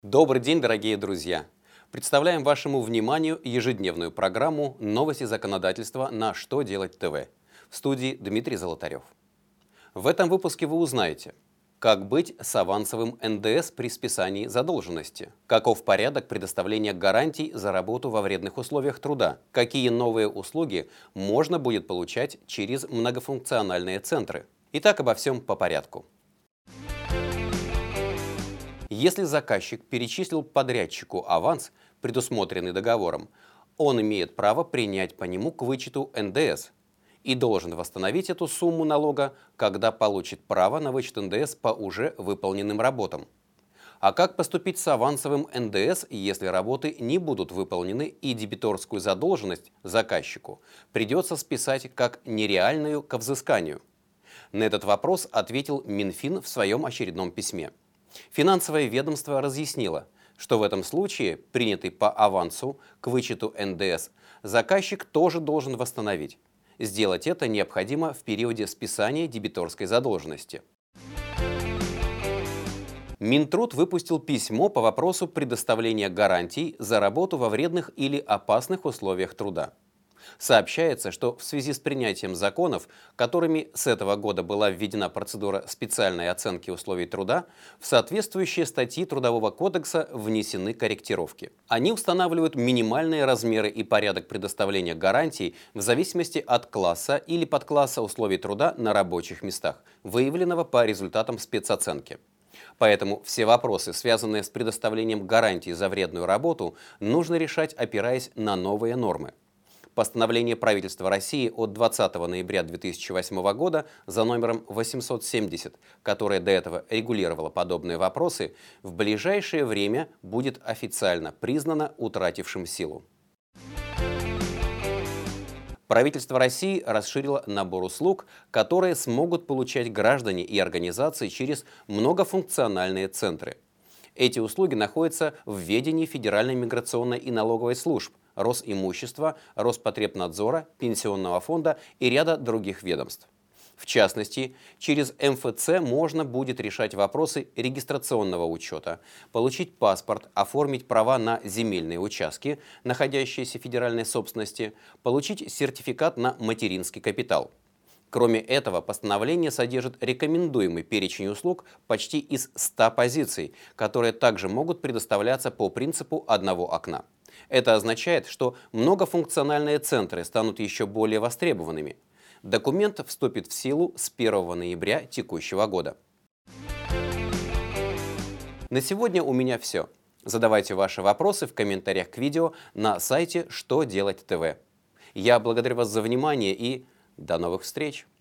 Добрый день, дорогие друзья! Представляем вашему вниманию ежедневную программу «Новости законодательства» на «Что делать ТВ». В студии Дмитрий Золотарев. В этом выпуске вы узнаете, как быть с авансовым НДС при списании задолженности, каков порядок предоставления гарантий за работу во вредных условиях труда, какие новые услуги можно будет получать через многофункциональные центры. Итак, обо всем по порядку. Если заказчик перечислил подрядчику аванс, предусмотренный договором, он имеет право принять по нему к вычету НДС и должен восстановить эту сумму налога, когда получит право на вычет НДС по уже выполненным работам. А как поступить с авансовым НДС, если работы не будут выполнены и дебиторскую задолженность заказчику придется списать как нереальную ко взысканию? На этот вопрос ответил Минфин в своем очередном письме. Финансовое ведомство разъяснило, что в этом случае принятый по авансу к вычету НДС заказчик тоже должен восстановить. Сделать это необходимо в периоде списания дебиторской задолженности. Минтруд выпустил письмо по вопросу предоставления гарантий за работу во вредных или опасных условиях труда. Сообщается, что в связи с принятием законов, которыми с этого года была введена процедура специальной оценки условий труда, в соответствующие статьи Трудового кодекса внесены корректировки. Они устанавливают минимальные размеры и порядок предоставления гарантий в зависимости от класса или подкласса условий труда на рабочих местах, выявленного по результатам спецоценки. Поэтому все вопросы, связанные с предоставлением гарантий за вредную работу, нужно решать, опираясь на новые нормы. Постановление правительства России от 20 ноября 2008 года за номером 870, которое до этого регулировало подобные вопросы, в ближайшее время будет официально признано утратившим силу. Правительство России расширило набор услуг, которые смогут получать граждане и организации через многофункциональные центры. Эти услуги находятся в ведении Федеральной миграционной и налоговой служб, Росимущества, Роспотребнадзора, Пенсионного фонда и ряда других ведомств. В частности, через МФЦ можно будет решать вопросы регистрационного учета, получить паспорт, оформить права на земельные участки, находящиеся в федеральной собственности, получить сертификат на материнский капитал. Кроме этого, постановление содержит рекомендуемый перечень услуг почти из 100 позиций, которые также могут предоставляться по принципу одного окна. Это означает, что многофункциональные центры станут еще более востребованными. Документ вступит в силу с 1 ноября текущего года. На сегодня у меня все. Задавайте ваши вопросы в комментариях к видео на сайте «Что делать ТВ». Я благодарю вас за внимание и до новых встреч!